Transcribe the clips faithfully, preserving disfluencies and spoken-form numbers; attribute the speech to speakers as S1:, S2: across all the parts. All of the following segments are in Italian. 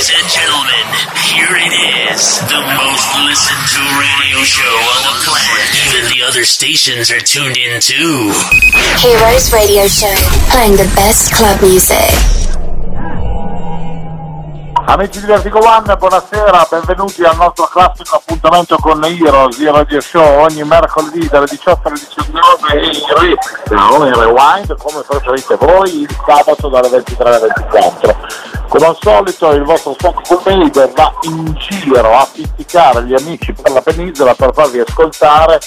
S1: Ladies and gentlemen, here it is, the most listened to radio show on the planet. Even the other stations are tuned in too.
S2: Heroes Radio Show, playing the best club music.
S3: Amici di Vertigo One, buonasera, benvenuti al nostro classico appuntamento con Heroes Radio Show ogni mercoledì dalle diciotto alle diciannove e in replica o in rewind come preferite voi il sabato dalle ventitré alle ventiquattro. Come al solito il vostro Spock Commander va in giro a pizzicare gli amici per la penisola per farvi ascoltare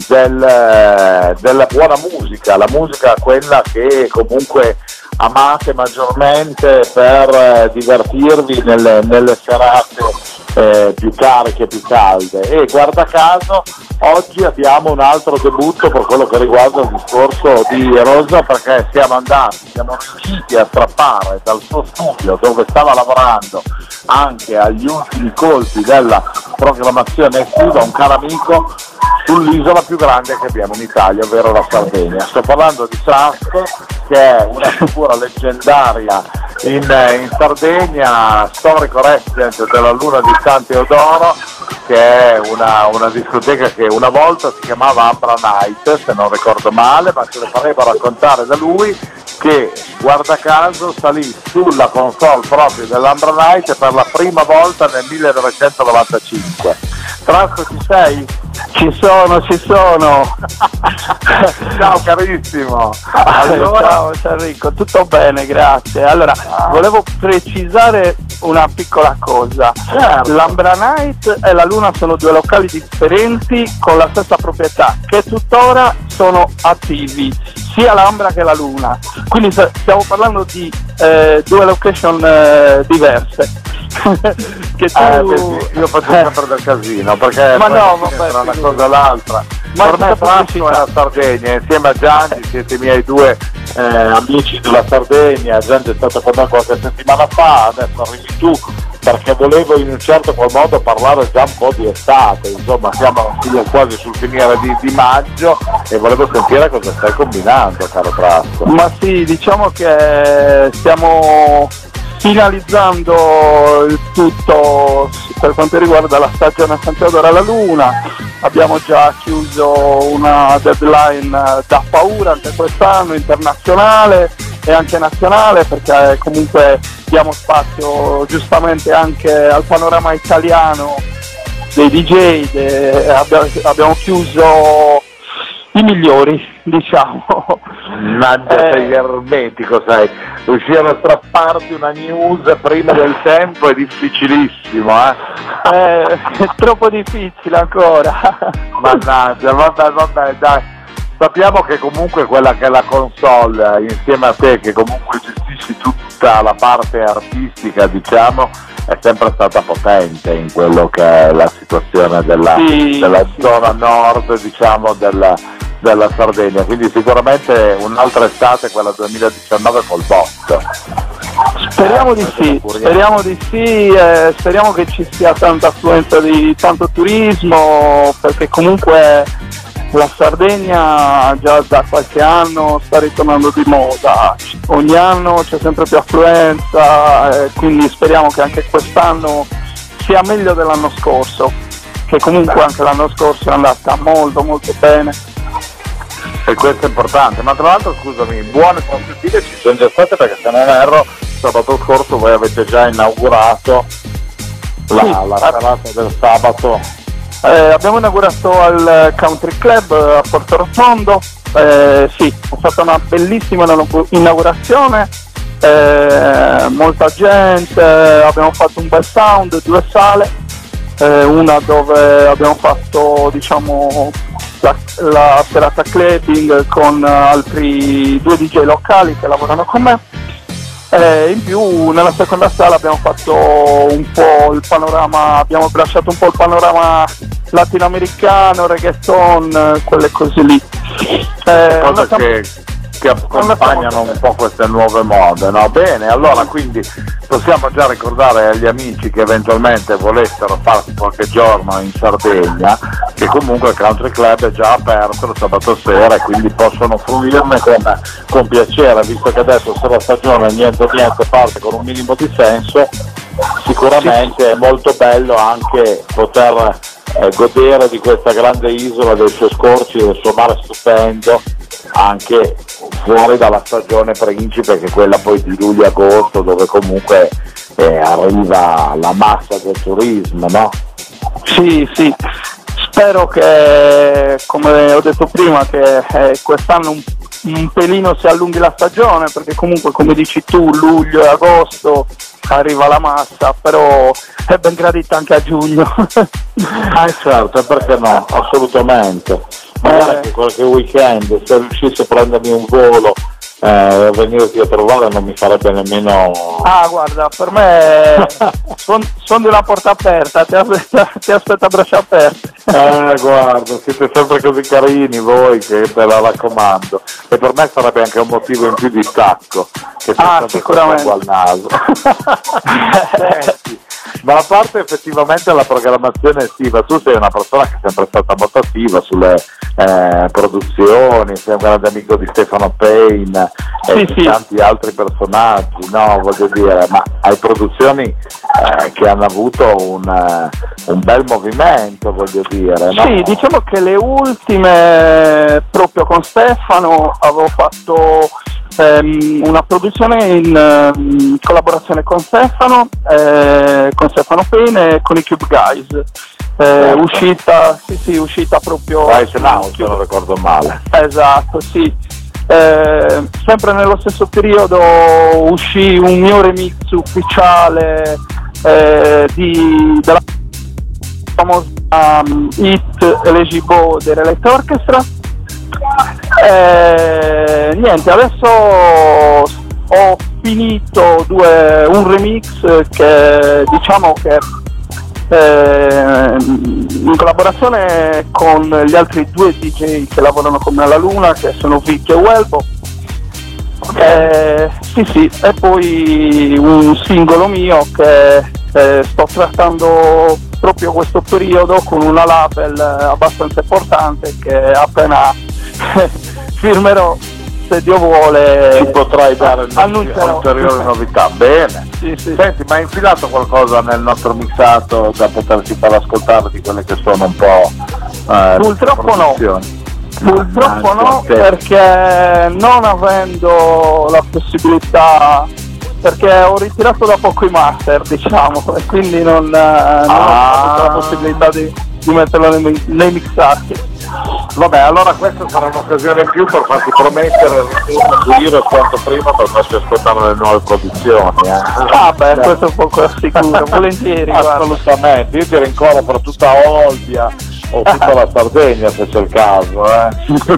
S3: del, della buona musica, la musica quella che comunque amate maggiormente per eh, divertirvi nelle, nelle serate eh, più cariche, più calde. E guarda caso oggi abbiamo un altro debutto per quello che riguarda il discorso di Rosa, perché siamo andati, siamo riusciti a strappare dal suo studio dove stava lavorando anche agli ultimi colpi della programmazione estiva un caro amico sull'isola più grande che abbiamo in Italia, ovvero la Sardegna. Sto parlando di Sasco, che è una figura leggendaria in, in Sardegna, storico resident della Luna di San Teodoro, che è una, una discoteca che una volta si chiamava Ambra Night, se non ricordo male, ma ce le faremo raccontare da lui, che guarda caso salì sulla console proprio dell'Ambra Night per la prima volta nel millenovecentonovantacinque. Trasco, ci sei?
S4: Ci sono, ci sono.
S3: Ciao carissimo. Allora...
S4: Ciao, ciao Enrico, tutto bene, grazie. Allora, volevo precisare una piccola cosa.
S3: Certo.
S4: L'Ambra Night e la Luna sono due locali differenti con la stessa proprietà, che tuttora sono attivi, sia l'Ambra che la Luna. Quindi stiamo parlando di eh, due location eh, diverse. Che tu...
S3: eh, io faccio sempre del casino perché
S4: ma no,
S3: vabbè,
S4: vabbè,
S3: una cosa all'altra.
S4: Ma
S3: per me Trasco è la Sardegna, insieme a Gianni siete i miei due eh, amici della Sardegna. Gianni è stato con me qualche settimana fa, adesso arrivi tu perché volevo in un certo qual modo parlare già un po' di estate, insomma siamo quasi sul finire di, di maggio e volevo sentire cosa stai combinando, caro Trasco.
S4: Ma sì, diciamo che stiamo finalizzando il tutto per quanto riguarda la stagione San Teodoro alla Luna. Abbiamo già chiuso una deadline da paura anche quest'anno, internazionale e anche nazionale, perché comunque diamo spazio giustamente anche al panorama italiano dei D J. De, abbiamo, abbiamo chiuso i migliori, diciamo.
S3: Mangia, sei ermetico, sai, riuscire a strapparti una news prima del tempo è difficilissimo, eh?
S4: eh è troppo difficile ancora.
S3: Mannaggia, vabbè, vabbè, dai. Sappiamo che comunque quella che è la console, insieme a te, che comunque gestisci tutta la parte artistica, diciamo, è sempre stata potente in quello che è la situazione della,
S4: sì,
S3: della
S4: sì.
S3: zona nord, diciamo, della, della Sardegna, quindi sicuramente un'altra estate, quella duemiladiciannove, col botto.
S4: Speriamo di sì, speriamo di sì, eh, speriamo che ci sia tanta affluenza di tanto turismo, perché comunque la Sardegna già da qualche anno sta ritornando di moda, ogni anno c'è sempre più affluenza, eh, quindi speriamo che anche quest'anno sia meglio dell'anno scorso, che comunque anche l'anno scorso è andata molto molto bene.
S3: E questo è importante, ma tra l'altro scusami, buone prospettive ci sono già state, perché se non erro sabato scorso voi avete già inaugurato la,
S4: sì.
S3: la serata del sabato.
S4: Eh, abbiamo inaugurato al Country Club a Porto Rotondo, eh, sì, è stata una bellissima inaugurazione, eh, molta gente, abbiamo fatto un bel sound, due sale, eh, una dove abbiamo fatto, diciamo, la, la serata clubbing con altri due D J locali che lavorano con me. Eh, in più nella seconda sala abbiamo fatto un po' il panorama, abbiamo abbracciato un po' il panorama latinoamericano, reggaeton, quelle cose lì. Eh,
S3: cose
S4: una...
S3: che, che accompagnano un po' queste nuove mode, no? Bene, allora quindi possiamo già ricordare agli amici che eventualmente volessero farsi qualche giorno in Sardegna che comunque il Country Club è già aperto il sabato sera e quindi possono fruirne con, con piacere, visto che adesso se la stagione niente niente parte con un minimo di senso, sicuramente è molto bello anche poter eh, godere di questa grande isola, dei suoi scorci, del suo mare stupendo, anche fuori dalla stagione principe, che è quella poi di luglio-agosto, dove comunque eh, arriva la massa del turismo, no?
S4: Sì, sì, spero che, come ho detto prima, che eh, quest'anno un, un pelino si allunghi la stagione, perché comunque, come dici tu, luglio e agosto arriva la massa, però è ben gradita anche a giugno.
S3: Ah certo, perché no, assolutamente. Magari
S4: Eh.
S3: anche qualche weekend, se riuscissi a prendermi un volo e eh, venirti a trovare, non mi farebbe nemmeno...
S4: Ah, guarda, per me sono son di una porta aperta, ti aspetta, ti aspetta a braccia aperte.
S3: Eh guarda, siete sempre così carini voi, che te la raccomando, e per me sarebbe anche un motivo in più di stacco, che
S4: Ah,
S3: sempre
S4: sicuramente.
S3: al naso. Senti, ma a parte effettivamente la programmazione estiva, tu sei una persona che è sempre stata molto attiva sulle eh, produzioni, sei un grande amico di Stefano Payne e
S4: Sì,
S3: di
S4: sì.
S3: tanti altri personaggi, no, voglio dire, ma hai produzioni eh, che hanno avuto un, eh, un bel movimento, voglio dire, no?
S4: Sì, diciamo che le ultime, proprio con Stefano, avevo fatto ehm, una produzione in ehm, collaborazione con Stefano, eh, con Stefano Payne e con i Cube Guys. Eh,
S3: Certo.
S4: uscita, sì, sì, uscita proprio.
S3: Right Now, se non ricordo male.
S4: Esatto, sì. Eh, sempre nello stesso periodo uscì un mio remix ufficiale eh, di, della famosa um, hit Elegibo dell'Elect Orchestra. Eh, niente, adesso ho finito due, un remix che diciamo che eh, in collaborazione con gli altri due D J che lavorano con me alla Luna, che sono Vic e Welbo. Eh, sì sì, e poi un singolo mio che eh, sto trattando proprio questo periodo con una label abbastanza importante che appena firmerò, se Dio vuole,
S3: Ci potrai dare
S4: annuncerò.
S3: ulteriori novità. Bene.
S4: Sì, sì.
S3: Senti, ma hai infilato qualcosa nel nostro mixato da poterci far ascoltare di quelle che sono un po' eh,
S4: Purtroppo no.
S3: produzioni?
S4: Purtroppo
S3: Ah,
S4: no,
S3: sì.
S4: perché non avendo la possibilità, perché ho ritirato da poco i master, diciamo, e quindi non, eh, non
S3: Ah.
S4: ho avuto la possibilità di, di metterlo nei, nei mixati.
S3: Vabbè, allora questa sarà un'occasione in più per farti promettere il ritorno su Iro quanto prima per farci ascoltare le nuove produzioni. Eh.
S4: Ah beh, questo è un poco sicuro, volentieri, guarda.
S3: Assolutamente, io ti rincoro per tutta Olbia o tutta la Sardegna se c'è il caso. Eh.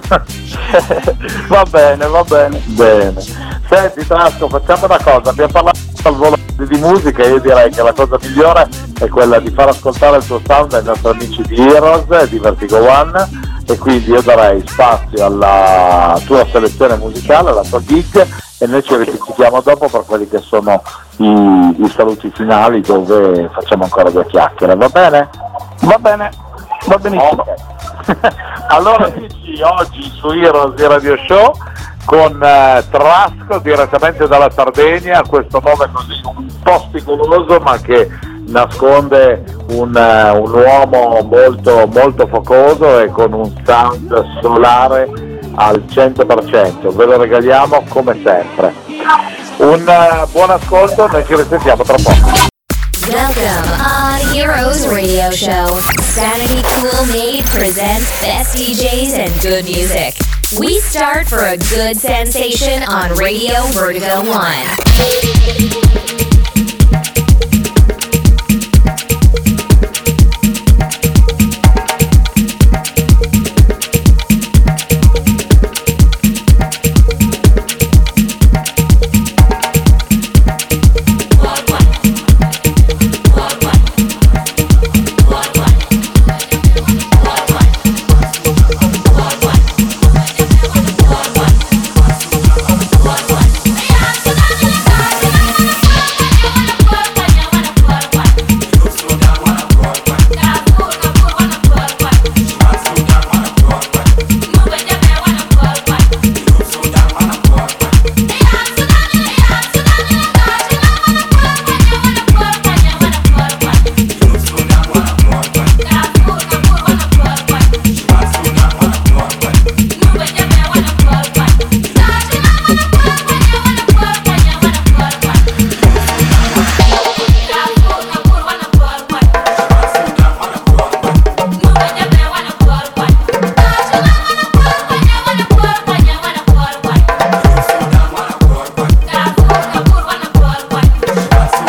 S4: Va bene, va bene.
S3: Bene. Senti Trasco, facciamo una cosa, abbiamo parlato al volo di musica, io direi che la cosa migliore è quella di far ascoltare il tuo sound ai nostri amici di Heroes e di Vertigo One, e quindi io darei spazio alla tua selezione musicale, alla tua gig, e noi ci ripetiamo dopo per quelli che sono i, i saluti finali, dove facciamo ancora due chiacchiere, va bene?
S4: Va bene, va benissimo.
S3: Ok. Allora amici, oggi su Heroes di Radio Show con eh, Trasco direttamente dalla Sardegna, questo nome così un po' spigoloso ma che nasconde un, uh, un uomo molto molto focoso e con un sound solare al cento per cento, ve lo regaliamo come sempre. Un uh, buon ascolto, noi ci risentiamo tra poco.
S2: Welcome on Heroes Radio Show. Sanity Cool Made presents best D Js and good music. We start for a good sensation on Radio Vertigo One.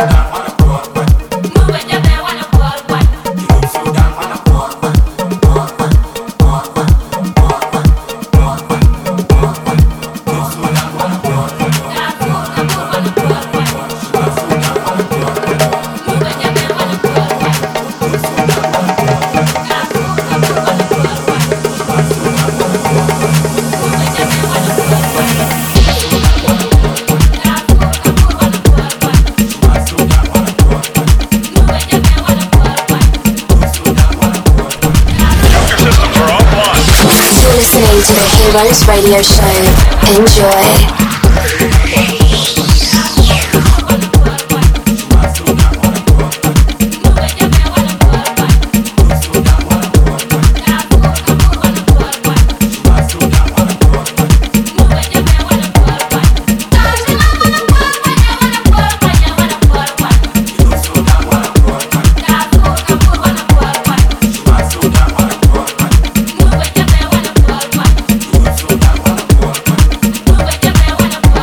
S2: To the Heroes Radio Show. Enjoy.
S5: Move it,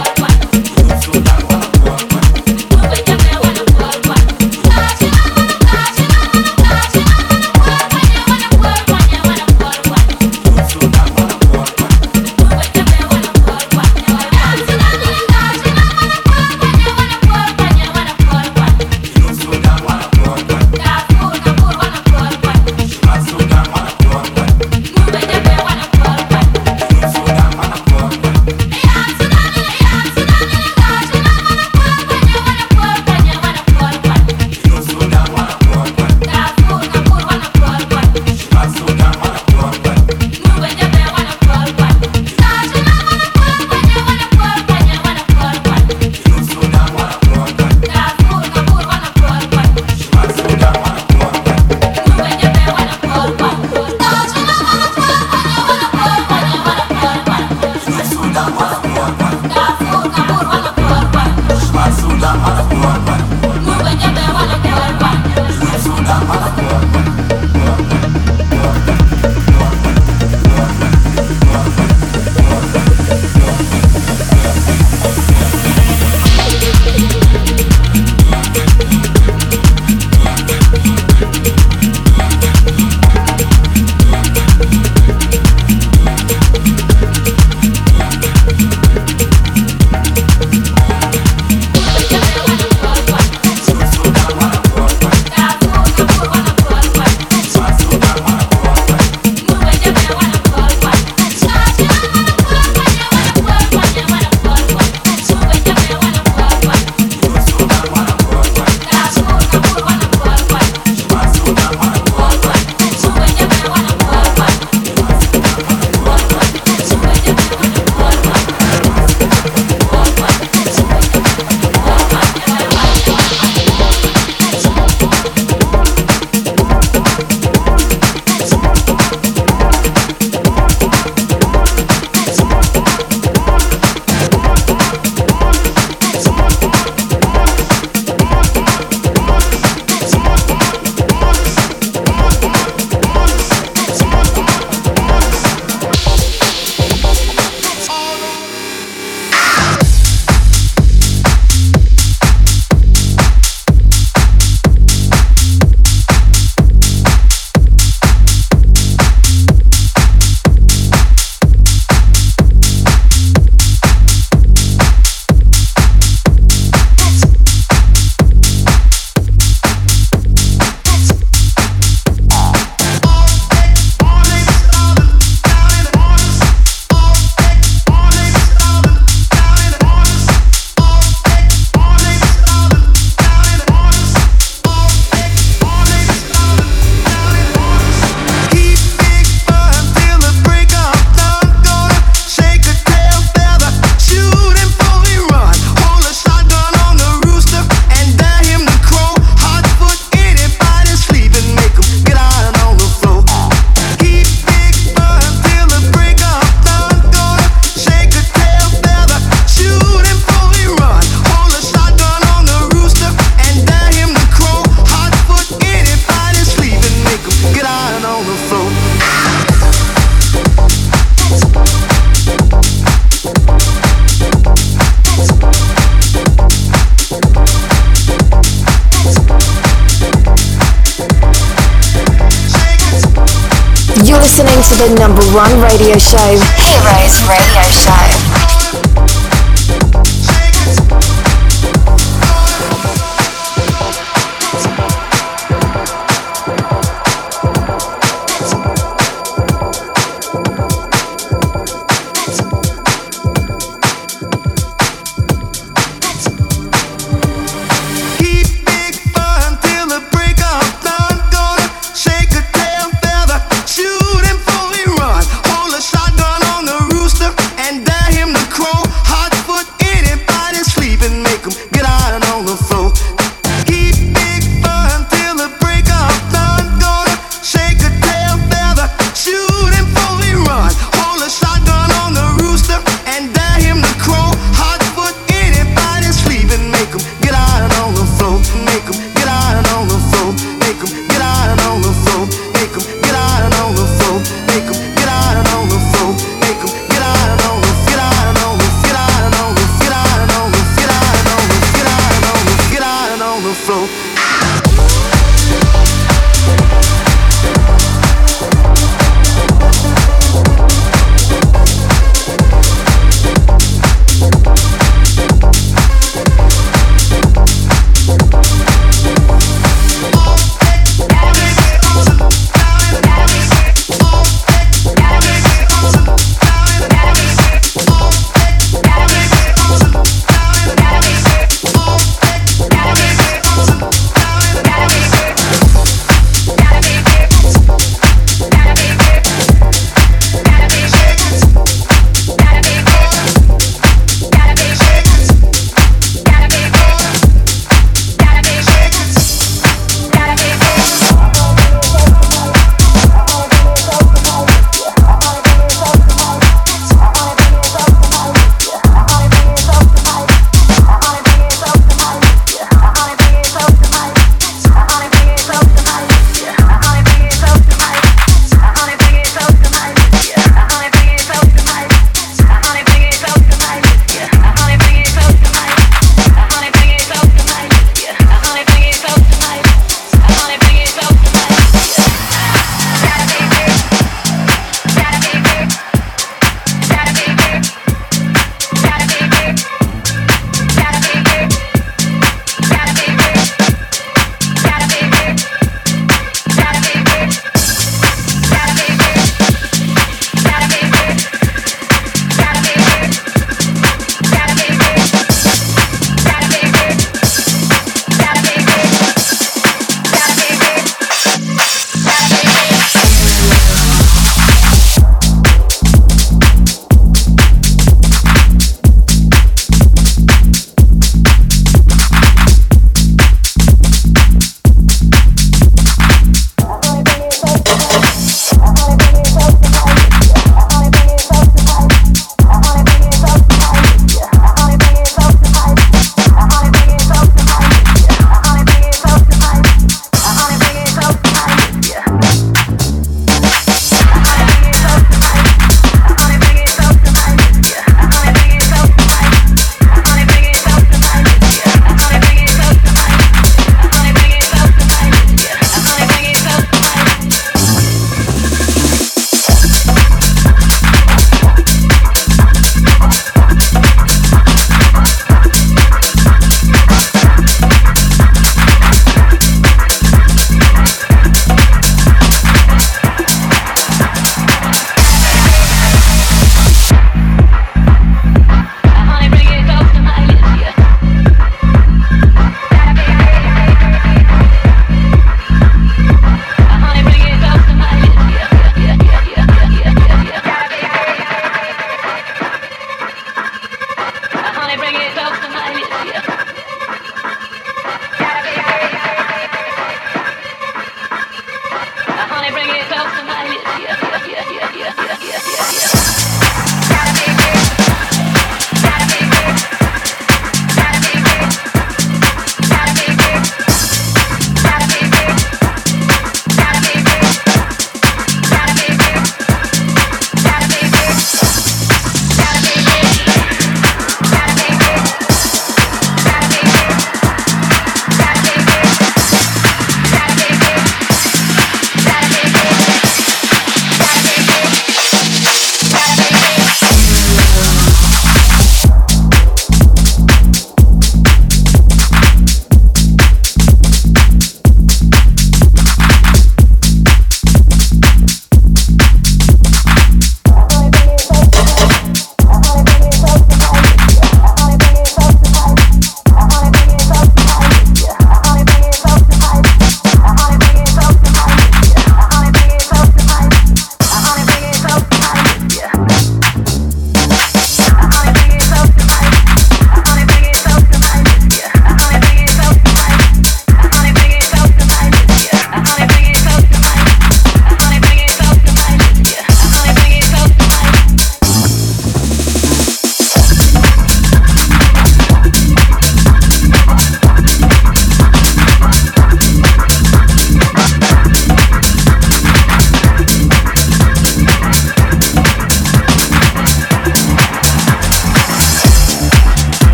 S5: You're listening to the number one radio show, Heroes Radio Show.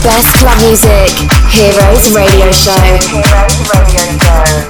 S5: Best club music. Heroes Radio Show. Heroes Radio Show.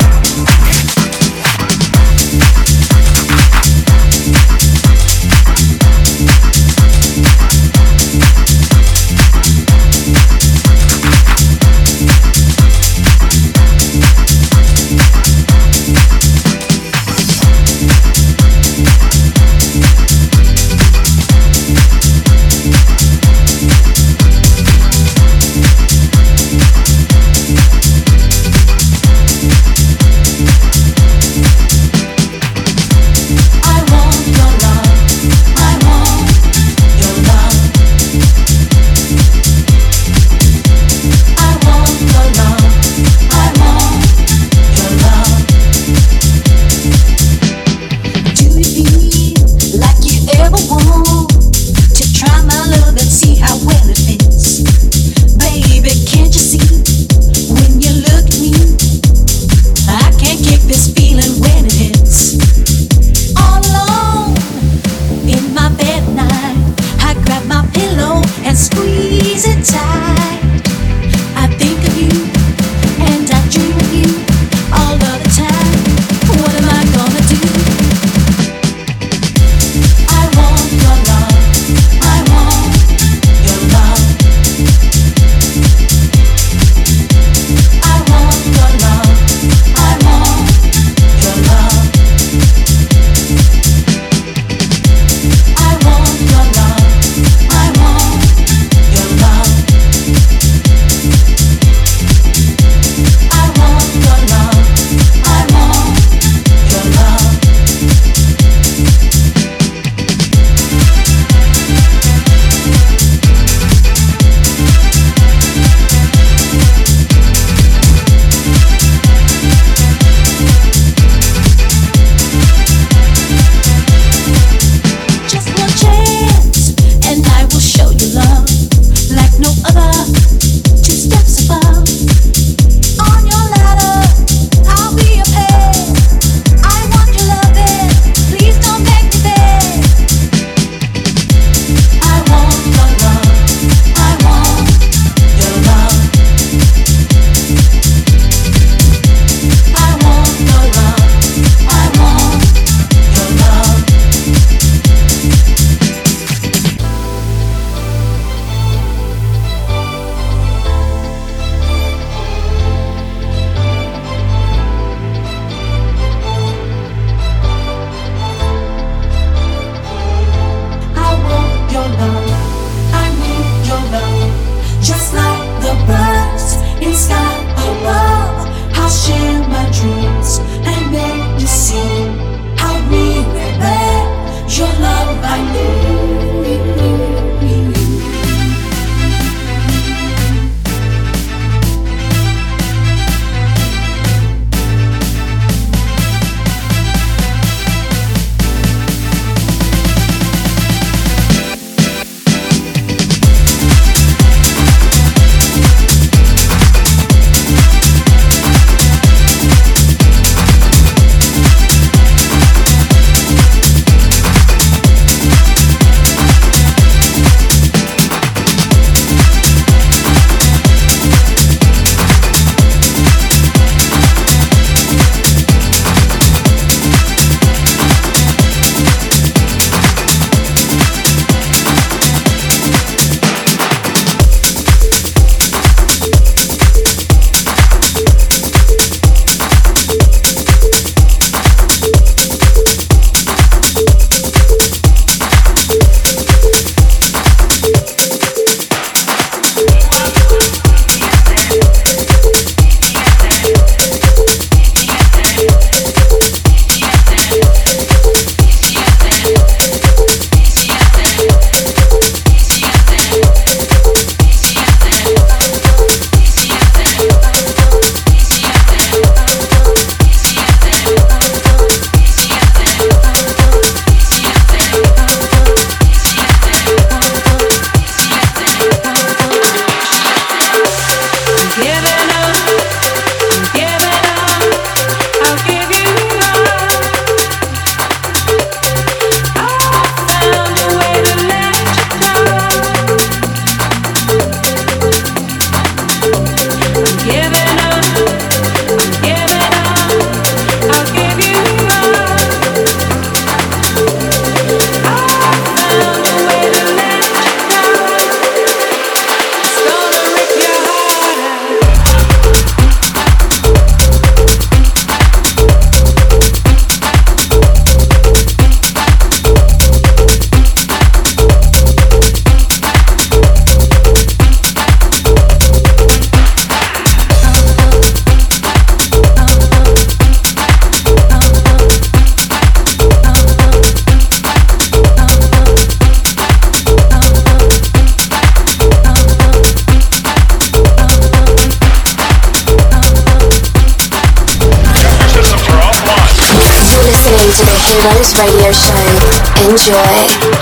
S5: Heroes Radio Show. Enjoy.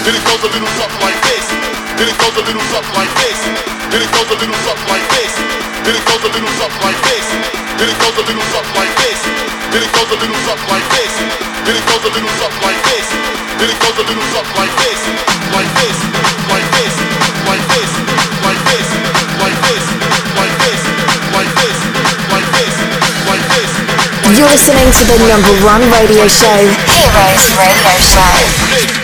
S6: Then it goes a little something like this. Then it goes a little something like this. Then it goes a little something like this. Then it goes a little something like this. Then it goes a little something like this. Then it goes a little something like this. Then it goes a little something like this. Then it goes a little something like this. Like this, like this, like this, like this, like this, like this, like this, like this, like this.
S5: You're listening to the number one radio show, Heroes Radio Show.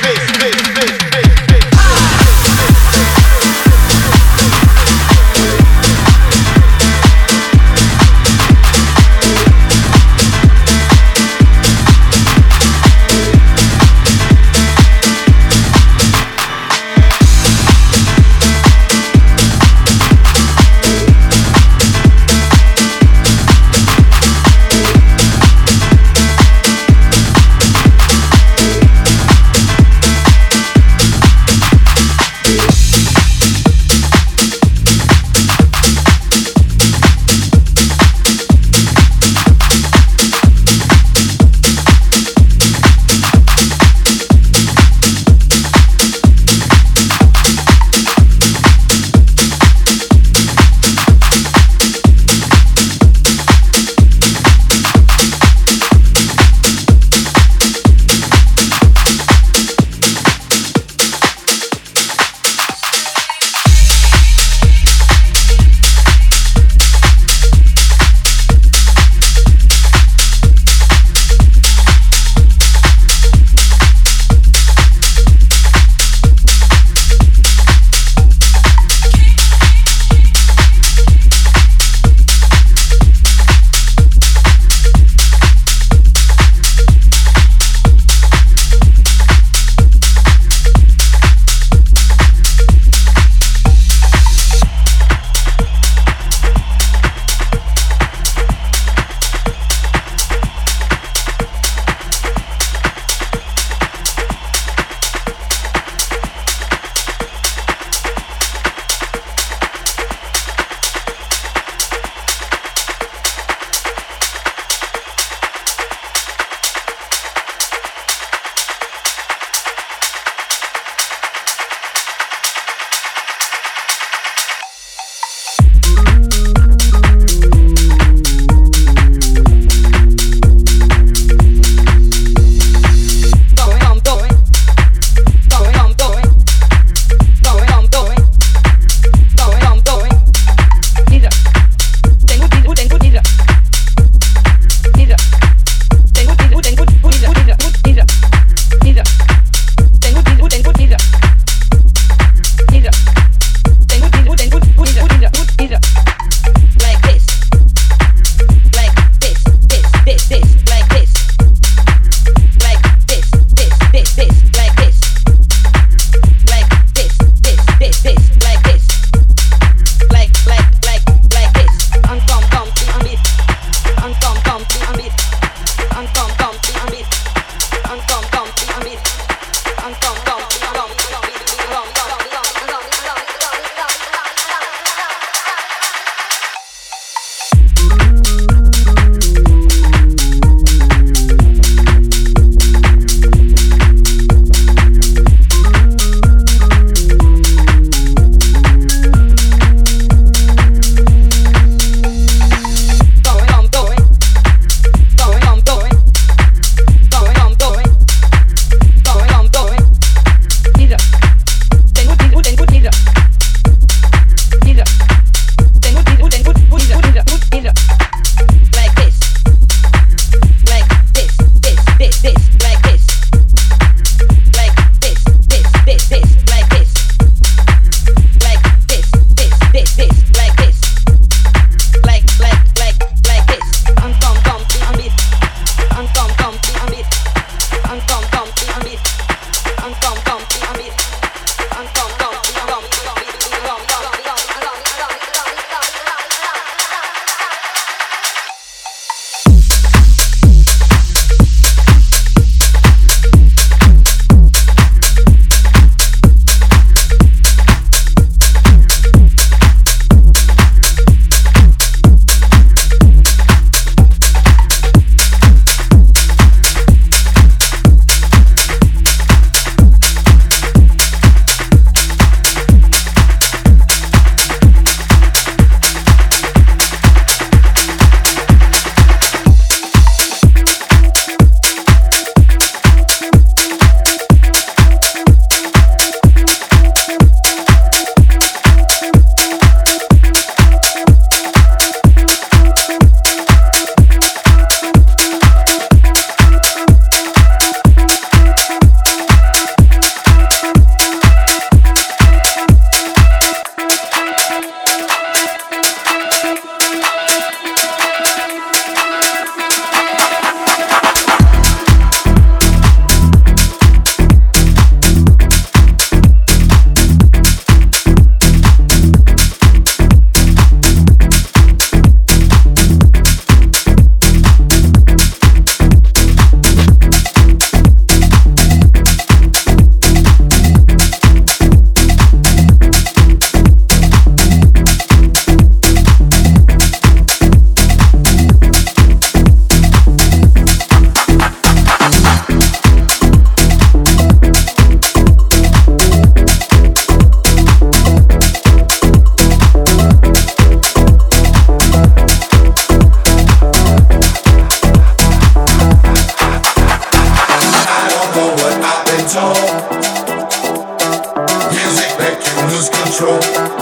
S7: control.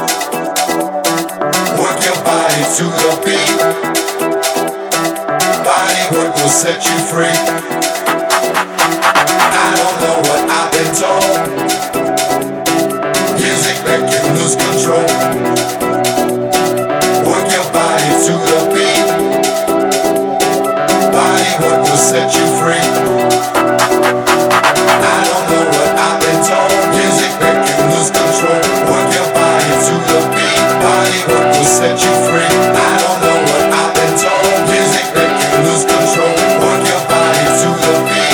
S7: Work your body to the beat. Body work will set you free. I don't know what I've been told. Music make you lose control. Work your body to the beat. Body work will set you free. I don't know what I've been told. Music make you lose control. Work your body to the beat. Body work will set you free. I don't know what I've been told. Music make you lose control. Work your body to the beat.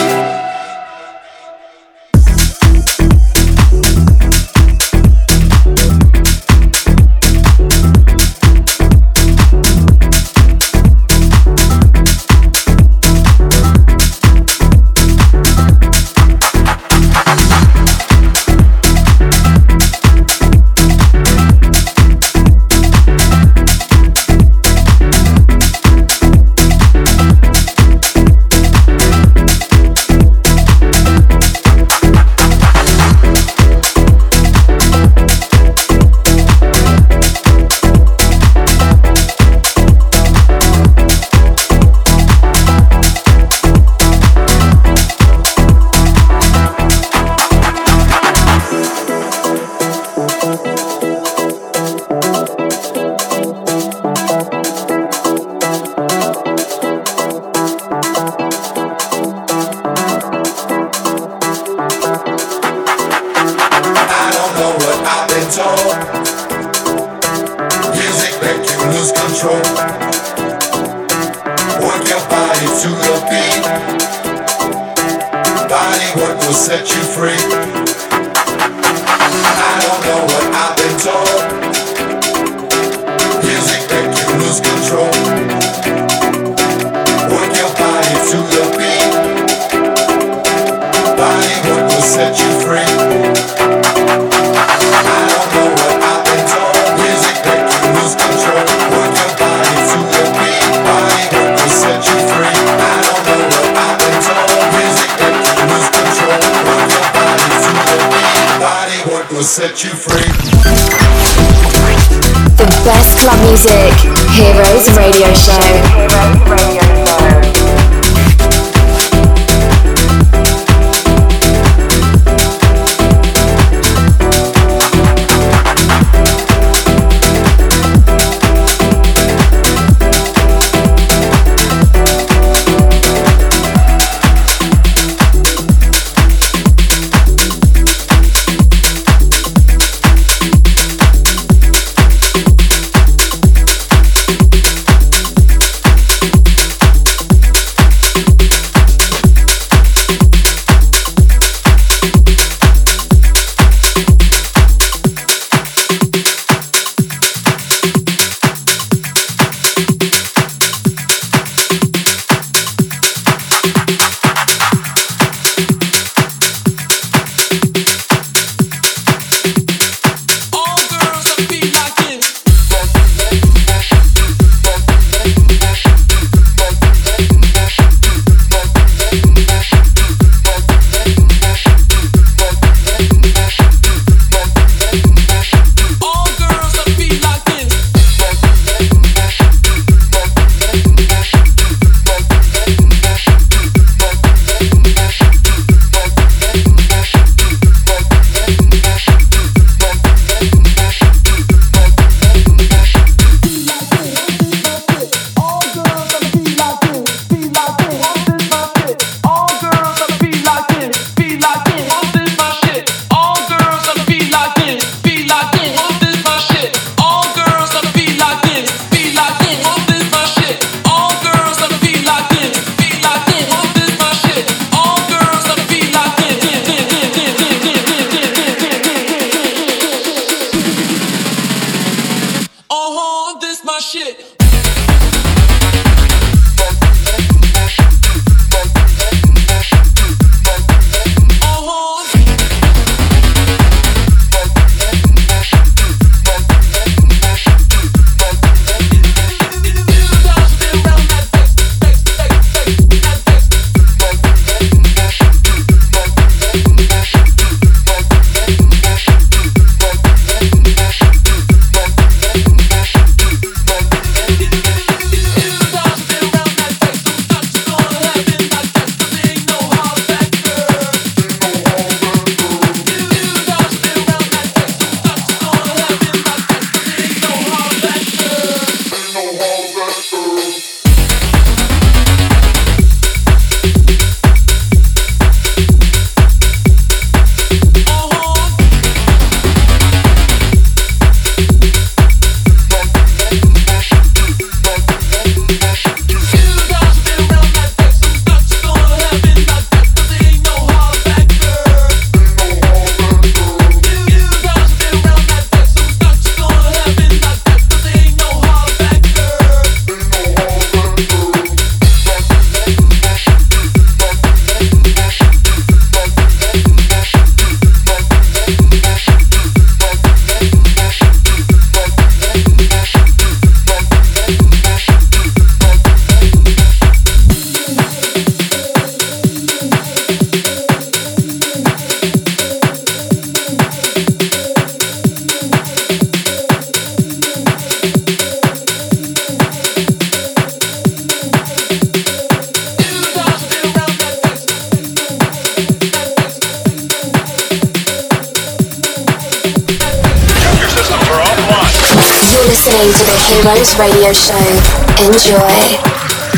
S7: Set you free.
S5: The best club music. Heroes Radio Show. Heroes Radio Show. listening to the Heroes Radio Show. Enjoy.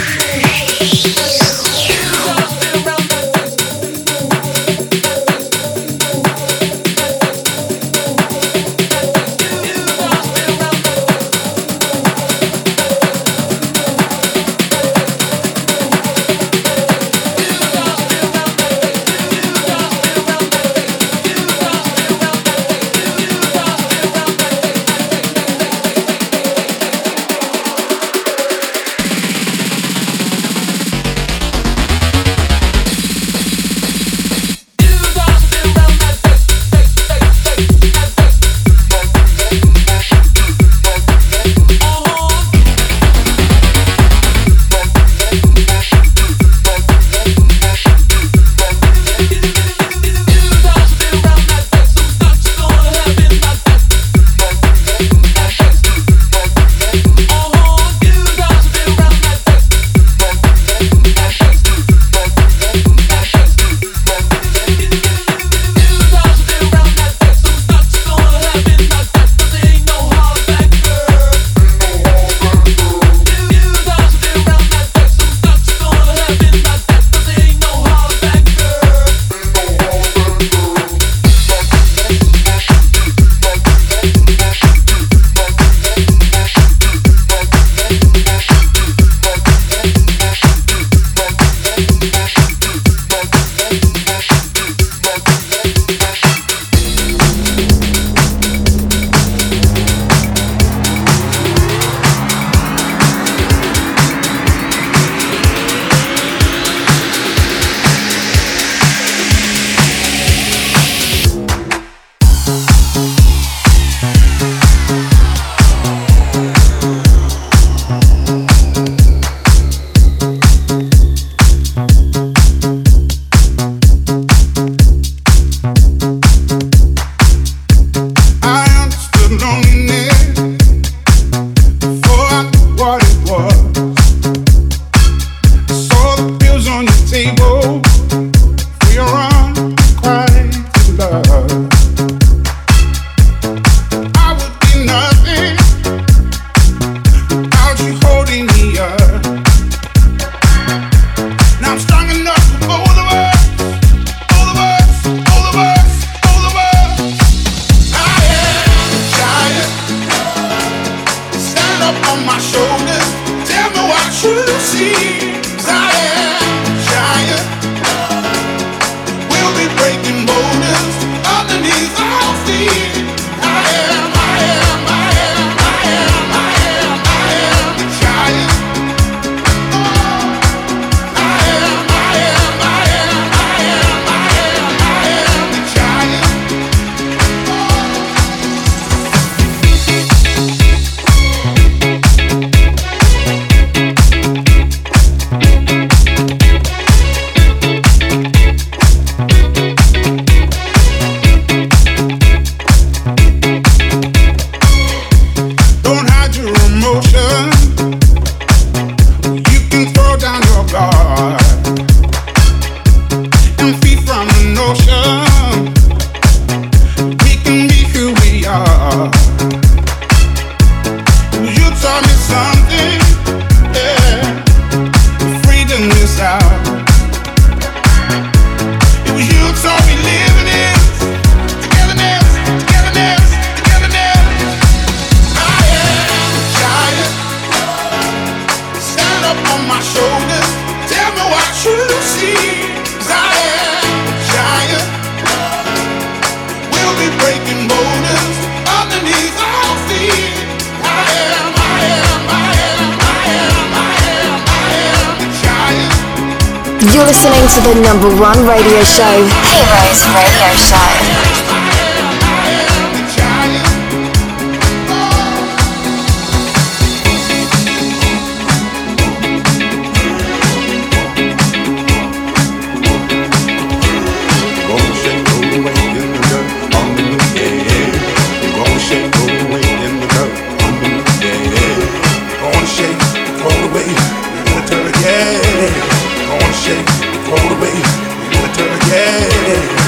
S5: You're listening to the number one radio show, Heroes Radio Show.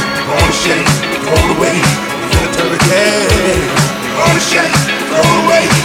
S7: Shake, throw away,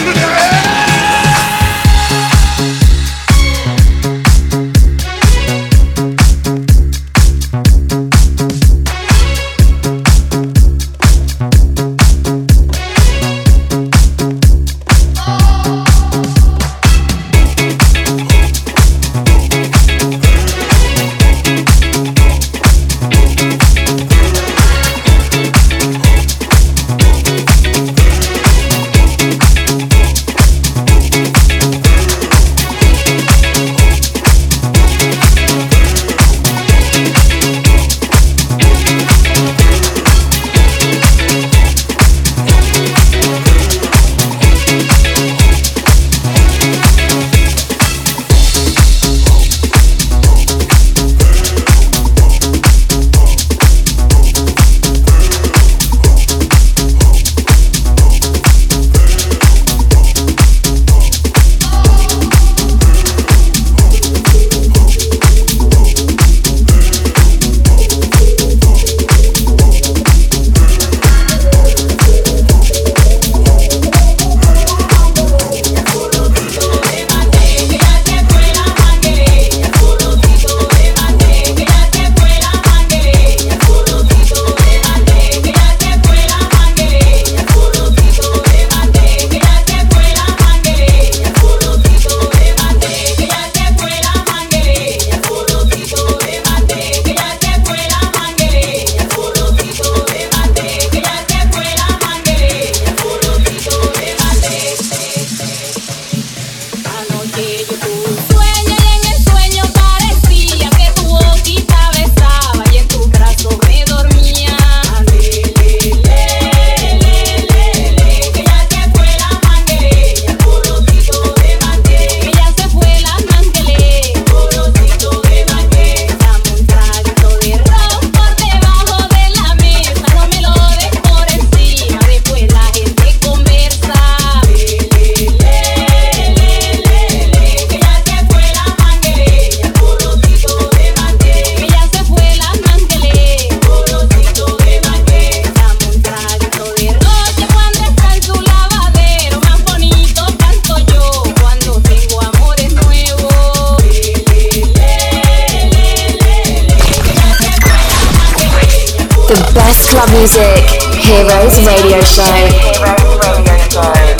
S5: Club music, Heroes Radio Show. Heroes Radio Show.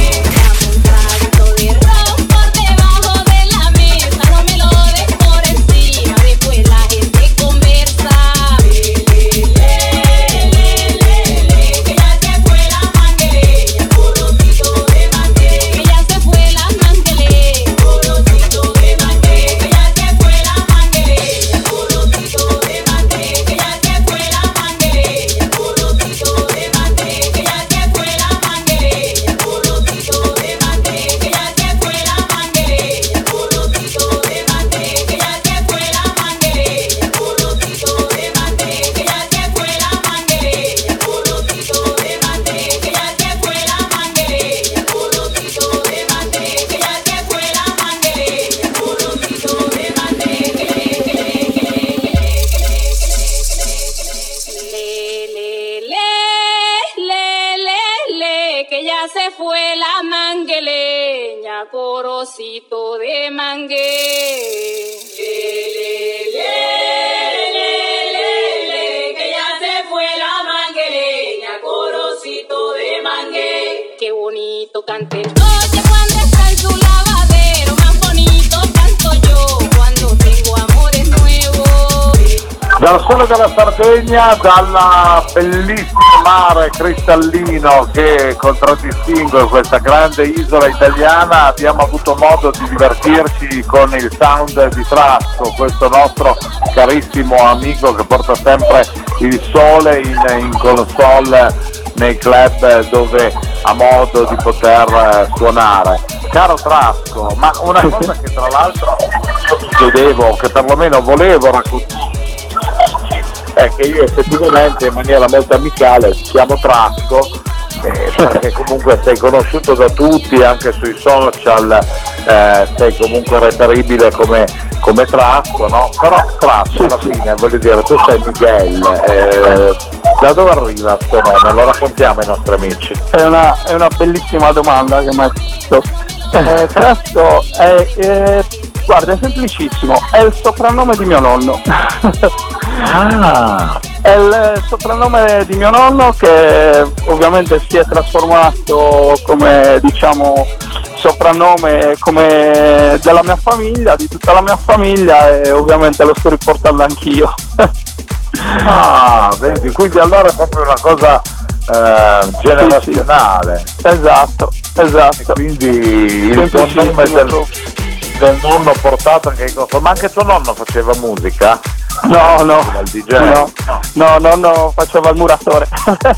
S8: Corocito de mangue. Le, le, le, le, le, le, que ya se fue la mangueleña, corocito de mangue. Qué bonito canta el coche cuando está en su lavadero, más bonito canto yo cuando tengo amores nuevos.
S3: Dal sole della Sardegna, dal bellissimo mare cristallino che contraddistingue questa grande isola italiana, abbiamo avuto modo di divertirci con il sound di Trasco, questo nostro carissimo amico che porta sempre il sole in, in console nei club dove ha modo di poter suonare. Caro Trasco, ma una cosa che tra l'altro io mi chiedevo, che perlomeno volevo raccontare, è che io effettivamente in maniera molto amicale ti chiamo Trasco, eh, perché comunque sei conosciuto da tutti, anche sui social eh, sei comunque reperibile come, come Trasco, no? Però Trasco alla fine, voglio dire, tu sei Miguel, eh, Da dove arriva sto nome? Lo raccontiamo ai nostri amici.
S4: È una, è una bellissima domanda che mi hai fatto. Eh, questo è, è, guarda, è semplicissimo, è il soprannome di mio nonno.
S3: Ah.
S4: È il soprannome di mio nonno che ovviamente si è trasformato come, diciamo, soprannome come della mia famiglia, di tutta la mia famiglia, e ovviamente lo sto riportando anch'io.
S3: Ah, vedi, quindi allora è proprio una cosa eh, generazionale.
S4: Sì, sì. Esatto, esatto.
S3: E quindi il tuo nome del, del nonno portato anche in ma anche tuo nonno faceva musica?
S4: No, no,
S3: il D J?
S4: no, no, no, no, faceva il muratore.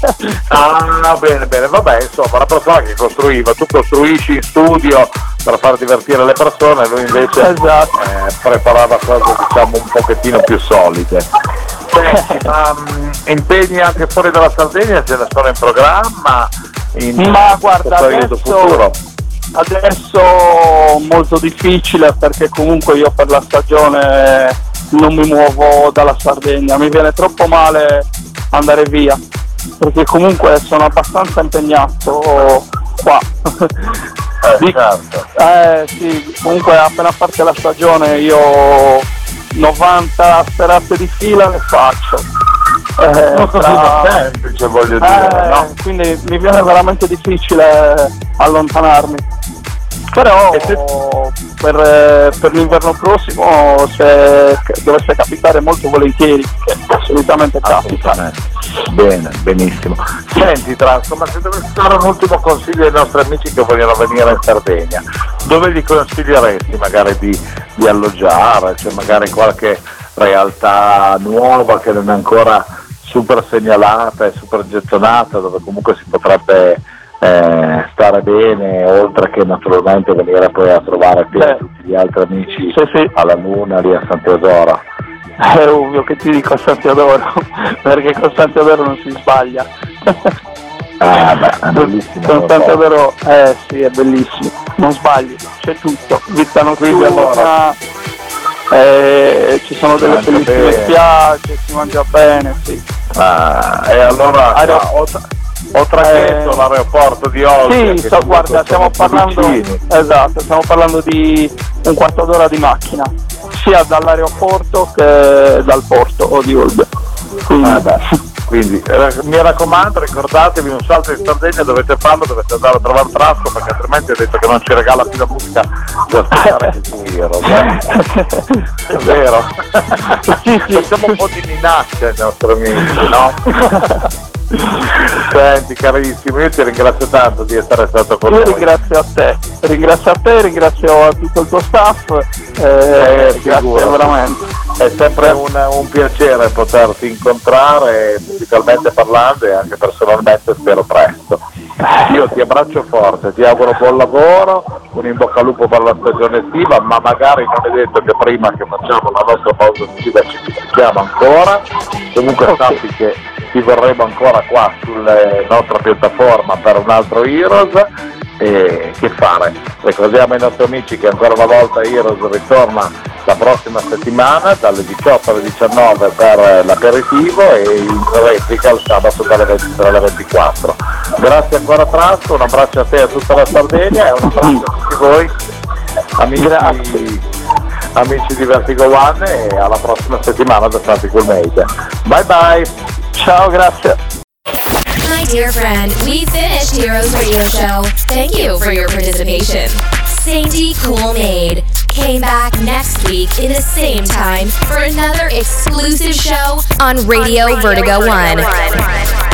S3: Ah, bene, bene, vabbè, insomma, la persona che costruiva, tu costruisci in studio per far divertire le persone, lui invece
S4: esatto.
S3: eh, preparava cose, diciamo, un pochettino più solide. Senti, um, impegni anche fuori dalla Sardegna, ce ne sono in programma? In
S4: Ma guarda,
S3: periodo
S4: adesso,
S3: futuro?
S4: adesso molto difficile, perché comunque io per la stagione non mi muovo dalla Sardegna, mi viene troppo male andare via, perché comunque sono abbastanza impegnato qua.
S3: Eh, certo.
S4: eh sì, comunque appena parte la stagione io novanta serate di fila le faccio. Eh,
S3: non so
S4: tra...
S3: se è semplice, voglio dire,
S4: eh,
S3: no?
S4: Quindi mi viene veramente difficile allontanarmi. Però
S3: se...
S4: per, per l'inverno prossimo, se dovesse capitare, molto volentieri, che assolutamente capita.
S3: Bene, benissimo. Senti Trasco, ma se dovessi dare un ultimo consiglio ai nostri amici che vogliono venire in Sardegna, dove gli consiglieresti magari di, di alloggiare? Cioè magari qualche realtà nuova che non è ancora super segnalata e super gettonata, dove comunque si potrebbe eh, stare bene, oltre che naturalmente venire poi a trovare te e tutti gli altri amici
S4: sì, sì.
S3: alla Luna lì a San Teodoro.
S4: È ovvio che ti dico San Teodoro, perché con San Teodoro non si sbaglia.
S3: Ah, beh, è bellissimo.
S4: Con San Teodoro, eh sì, è bellissimo, non sbagli, c'è tutto, vita notturna, eh, ci sono delle
S3: Mangia
S4: bellissime
S3: bene.
S4: spiagge, si mangia bene, sì.
S3: Ah, e allora
S4: Aero-
S3: ho, ho traghetto
S4: eh,
S3: l'aeroporto di Olbia.
S4: Sì,
S3: che
S4: so,
S3: comunque
S4: guarda, stiamo
S3: sono
S4: parlando,
S3: vicini.
S4: esatto, stiamo parlando di un quarto d'ora di macchina, sia dall'aeroporto che dal porto di Olbia. Quindi,
S3: Ah, beh. Quindi eh, mi raccomando, ricordatevi, un salto in Sardegna dovete farlo, dovete andare a trovare Trasco, perché altrimenti ha detto che non ci regala più la musica da ascoltare su Iro. È vero.
S4: Sì, sì.
S3: Facciamo un po' di minacce ai nostri amici, no? Senti carissimo, io ti ringrazio tanto di essere stato con
S4: io
S3: noi.
S4: ringrazio a te, ringrazio a te, ringrazio a tutto il tuo staff, eh,
S3: Eh,
S4: grazie
S3: figurati.
S4: veramente.
S3: È sempre un, un piacere poterti incontrare musicalmente parlando e anche personalmente, spero presto. Io ti abbraccio forte, ti auguro buon lavoro, un in bocca al lupo per la stagione estiva, ma magari non è detto che prima che facciamo la nostra pausa estiva ci becchiamo ancora. Comunque sappi che ti vorremmo ancora qua sulla nostra piattaforma per un altro Heroes. E che fare? Ricordiamo ai nostri amici che ancora una volta Heroes ritorna la prossima settimana dalle diciotto alle diciannove per l'aperitivo e in replica il sabato dalle ventitré alle ventiquattro. Grazie ancora Trasco, un abbraccio a te e a tutta la Sardegna e un abbraccio a tutti voi amici, amici di Vertigo One, e alla prossima settimana da Santi Cool Made. Bye bye!
S4: Ciao, grazie.
S2: My dear friend, we finished Heroes Radio Show. Thank you for your participation. Sainty Cool Made came back next week in the same time for another exclusive show on Radio, on Radio Vertigo, Vertigo One. One.